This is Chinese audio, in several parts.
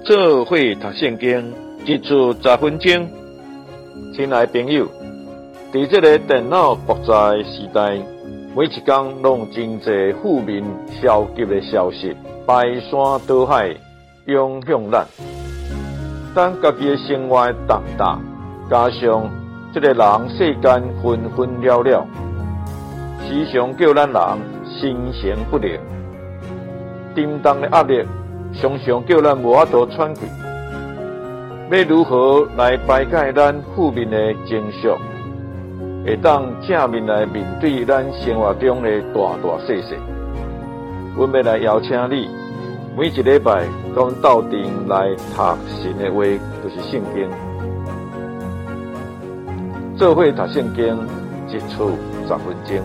做伙读圣经，一次10分钟。亲爱的朋友，在这个电脑复杂的时代，每一天拢真侪负面消极的消息排山倒海涌向咱。咱家己的生活重大，加上这个人世间纷纷扰扰，时常叫咱人心神不宁。沉重的压力常常叫咱无法度喘气。要如何来排解咱负面的情绪，会当正面来面对咱生活中的大大小小？阮要来邀请你，每一礼拜跟阮斗阵来读神的话，就是圣经。做伙读圣经，一次10分钟。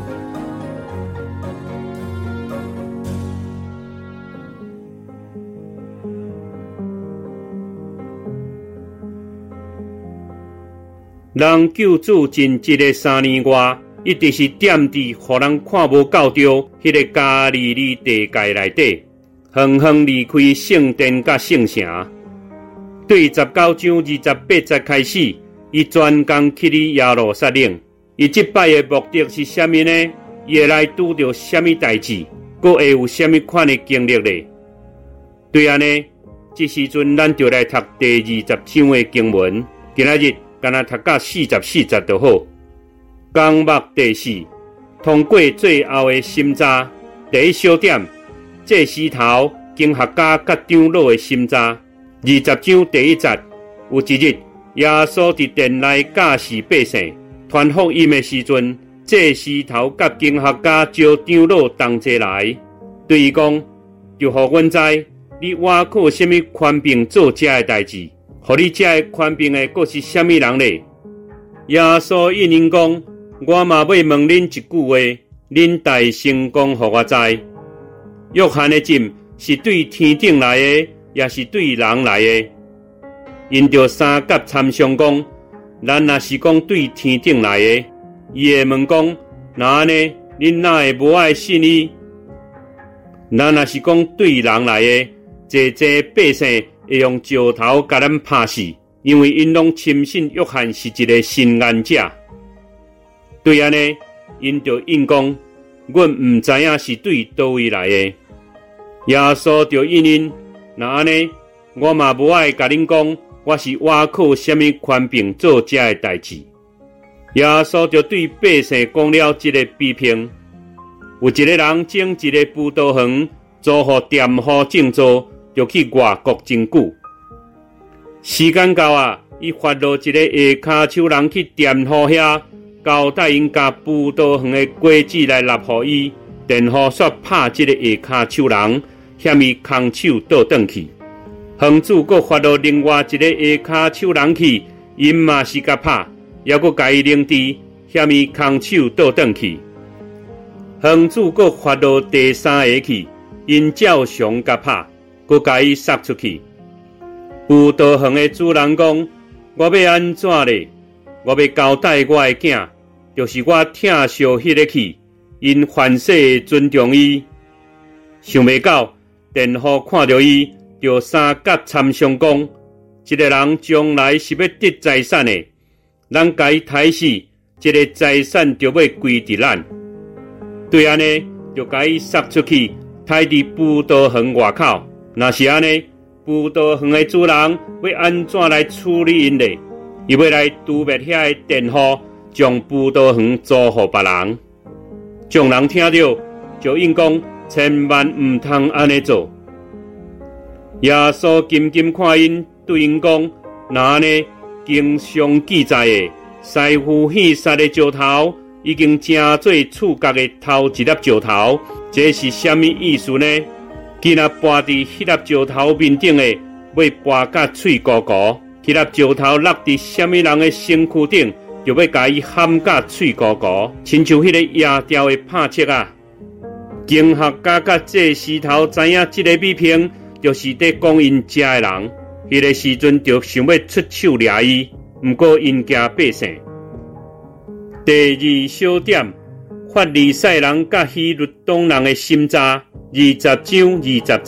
人救主真一个3年外，一直是踮伫互人看无到着迄个加利利地界内底，远远离开圣殿甲圣城。对19章28节开始，伊专工去哩耶路撒冷。伊即摆的目的是啥物呢？伊会来拄着啥物代志，阁会有啥物款的经历呢？对安尼，这时阵咱就来读第20章的经文。今仔日干那读到44节就好。纲目第4，通过最后的心查。第一小点，这时头经学家甲长老的心查。20章第1节，有一日，耶稣伫殿内教示百姓，传福音的时阵，这时头甲经学家招长老同齐来，对伊讲：就互阮知，你挖靠什么权柄做这的代志？互你这个权柄的，阁是啥物人呢？耶稣应因讲：我嘛要问恁一句话，恁大声讲互我知。约翰的浸是对天顶来的，也是对人来的？因着三甲参详讲，咱若是讲对天顶来的，伊会问讲：那安尼，恁哪会无爱信伊？咱若是讲对人来的，这百姓会用石头甲咱拍死，因为因拢深信约翰是一个神言者。对安尼，因就应讲：阮毋知影是对叨位来的。耶稣就应因：那安尼，我嘛无爱甲恁讲，我是挖靠什么权柄做这的代志。耶稣就对百姓讲了一个比拼：有一个人种一个葡萄园，租互店户种作，就去外国真久。时间到啊，伊发落一个下骹手人去店户遐，交代因甲葡萄园的果子来纳互伊。店户煞拍这个下骹手人，嫌伊空手倒转去。园主阁发落另外一个下骹手人去，因嘛是甲拍，也阁甲伊扔地，嫌伊空手倒转去。园主阁发落第3个去，因照常甲拍，阁甲伊杀出去。葡萄园的主人讲：我要安怎呢？我要交代我的囝，就是我疼惜迄个去，因凡事尊重伊。想袂到，店户看到伊，就三甲参详讲：这个人将来是要得财产的，咱甲伊杀死，这个财产就要归伫咱。对安尼，就甲伊杀出去，刣伫葡萄园外口。若是安尼，葡萄园的主人要安怎来处理因呢？伊要来诛灭遐个店户，将葡萄园租互别人。众人听到，就应讲：千万毋通安尼做。耶稣紧紧看因，对因讲：那安尼，经上记载的，师傅献杀的石头，已经成做厝角的头一粒石头，这是什么意思呢？既然跋伫迄粒石头面顶的，要跋甲喙糊糊；迄粒石头落伫什么人的身躯顶，就要甲伊喊甲喙糊糊，亲像迄个野条的拍切啊！经学家甲这时头知影这个比拼，就是在讲因家的人。迄个时阵就想要出手掠伊，毋过因惊百姓。第2小点，法利赛人甲希律党人的心查。20章20节，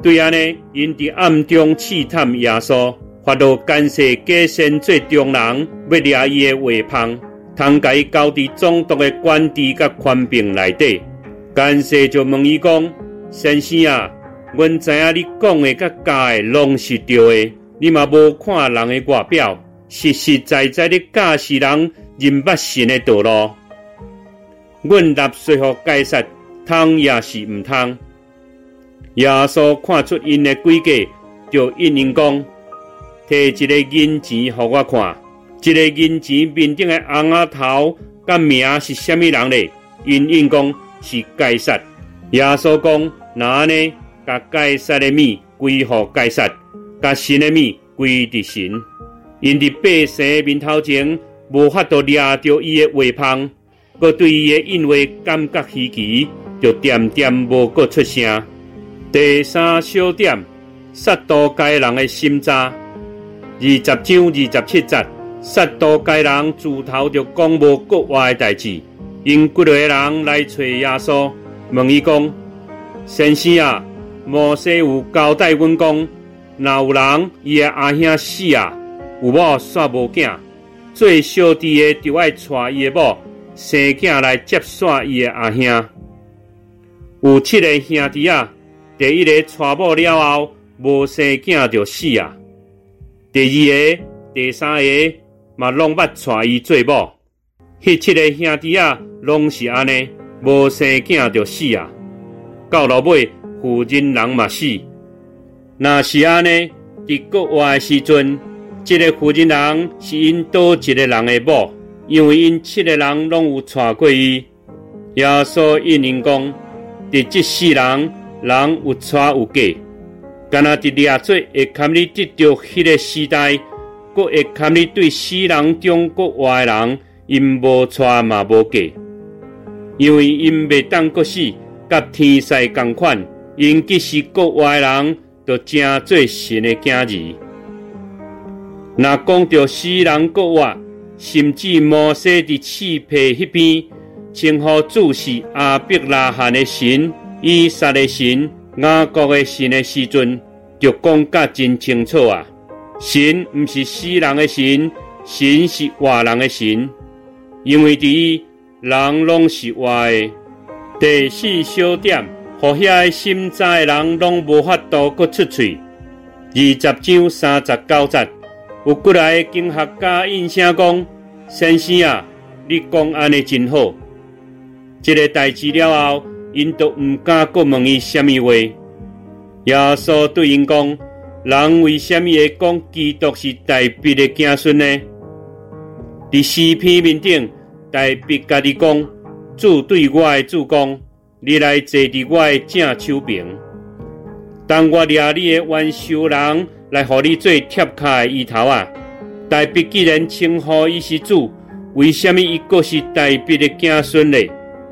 对安尼，因伫暗中试探耶稣，发到干涉假先做中人，要掠伊的话芳，通甲伊交伫总督的管治甲权柄内底。干涉就问伊讲：先生啊，阮知影你讲的甲假的拢是对的，你嘛无看人的外表，实实在在的教示人认捌神的道路。阮纳税予该撒，通也是毋通。耶稣看出因的诡计，就应因讲：摕一个银钱互我看。这个银钱面顶的红仔头甲名是虾米人咧？因应讲是该撒。耶稣讲：那安尼，甲该撒的物归互该撒，甲神的物归伫神。因伫百姓面头前无法度掠着伊的话芳，佮对伊的因为感觉稀奇，就点点无佮出声。第三小点，撒都该人的心渣。20章27节，撒都该人自头就讲无国外的代志，因几个人来找耶稣，问伊讲：先生啊，摩西有交代阮讲，若有人伊的阿兄死啊，有某煞无囝，最小弟的就爱带伊的某生囝来接续伊的阿兄。有7个兄弟啊，第一个娶某了后，无生囝就死啊。第二个、第三个嘛拢捌娶伊做某。迄7个兄弟啊，拢是安尼，无生囝就死啊。到落尾，负人人嘛死。若是安尼，伫国外的时阵，这个负人人是因倒一个人的某，因为因7个人拢有娶过伊。耶稣应因讲：伫这世人，人有娶有嫁，敢若伫掠做会堪你得到迄个时代，阁会堪你对死人中国外的人，因无娶嘛无嫁，因为因袂当阁死，甲天使同款，因既是国外的人，就正做神的囝儿。若讲到死人国外，甚至摩西伫刺皮迄边，称呼主是阿伯拉罕的神、以撒的神、雅各的神的时阵，就讲甲真清楚啊！神毋是死人的神，神是活人的神，因为伫伊人拢是活的。第4小点，互遐心知的人拢无法度阁出喙。20章39节，有几来经学家应声讲：先生啊，你讲安尼真好。这个代志了后，因都毋敢阁问伊什么话。耶稣对因讲：人为什么会讲基督是大卫的子孙呢？伫诗篇面顶，大卫家己讲：主对我的主讲，你来坐伫我的正手边。当我掠你的冤仇人来互你做贴卡的衣头啊！大卫既然称呼伊是主，为什么伊阁是大卫的子孙呢？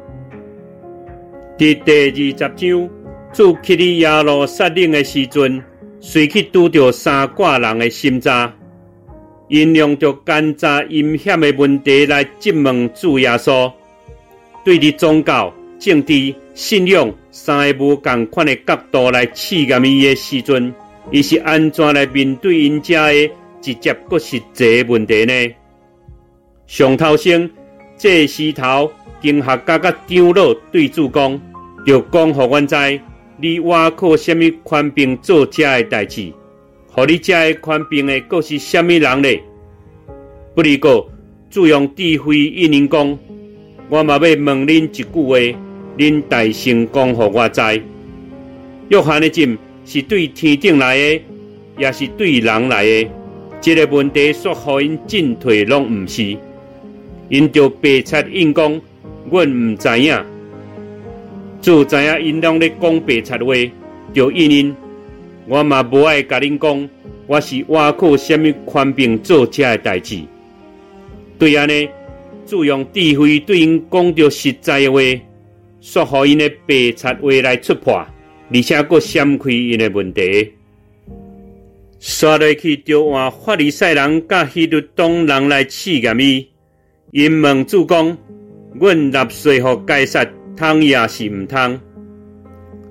伫第20章，主去哩耶路撒冷的时阵，随去拄着3挂人的心渣，因用着奸诈阴险的问题来质问主耶稣。对伫宗教、政治、信仰3个无同款的角度来试验伊的时阵，伊是安怎来面对因遮的直接阁实际的问题呢？上头先，这时头经学家甲长老对主讲，就讲互阮知，你倚靠什么权柄做遮的代志？互你遮的权柄的阁是什么人呢？不离过，主用智慧应因讲，我嘛要问恁一句话，恁大声讲互我知。约翰的浸是对天顶来的，也是对人来的？这个问题说互因进退拢毋是，因就白贼应讲，阮毋知影。主知影因拢咧讲白贼话，就应因，我嘛无爱甲恁讲，我是倚靠什么权柄做遮的代志。对安尼，主用智慧对因讲着实在的话，说互因的白贼话来出破，而且阁闪开因的问题。刷落去就换法利赛人甲希律党人来试验伊，因问主讲：阮纳税予该撒，通也是毋通？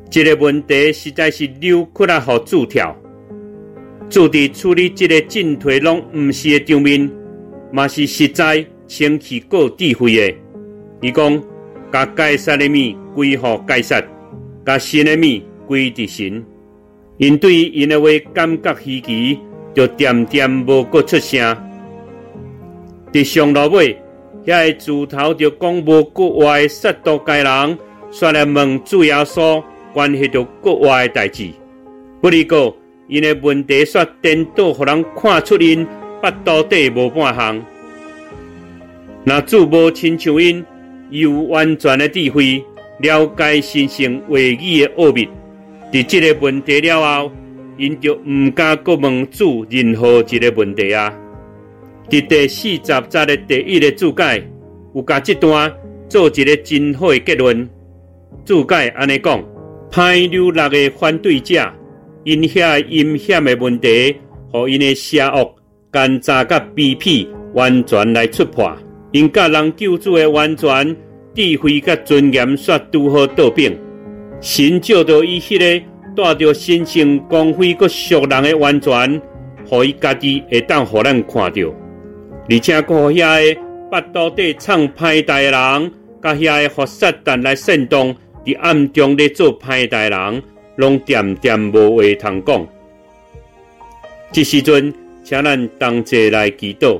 这个问题实在是扭曲啊，互主跳。主伫处理这个进退拢毋是的场面，嘛是实在清气够智慧的。伊讲，甲该杀的物归互该杀，甲神的物归伫神。因对因的话感觉稀奇，就点点无搁出声。伫上路尾，遐个猪头就讲无国外杀毒界人，煞来问主耶稣关系到国外的代志。不离过，因的问题煞颠倒，互人看出因巴肚底无半项。若主无亲像因，有完全的智慧，了解神圣话语的奥秘。伫这个问题了后，因就毋敢阁问主任何一个问题啊。伫第40节的第1个注解，有甲这段做一个真好的结论。注解安尼讲：歹流落的反对者，因遐阴险的问题，互因的邪恶、奸诈甲卑鄙完全来出破。因甲人救主的完全智慧甲尊严煞拄好倒并。神照着伊迄个带着神圣光辉佮属人的完全，互伊家己会当互咱看到，而且互遐个巴肚底藏歹代的人，甲遐个互撒旦来煽动，伫暗中咧做歹代的人，拢点点无话通讲。这时阵，请咱同齐来祈祷。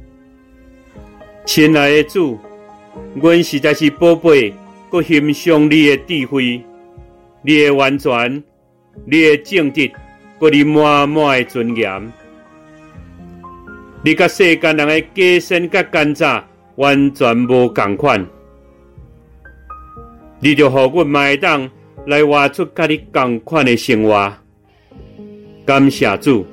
亲爱的主，阮实在是宝贝，佮欣赏你的智慧。你的完全，你的正直，佮你满满的尊严，你甲世间人的假善甲奸诈完全无共款。你就互阮嘛会当来活出甲你共款的生活。感谢主，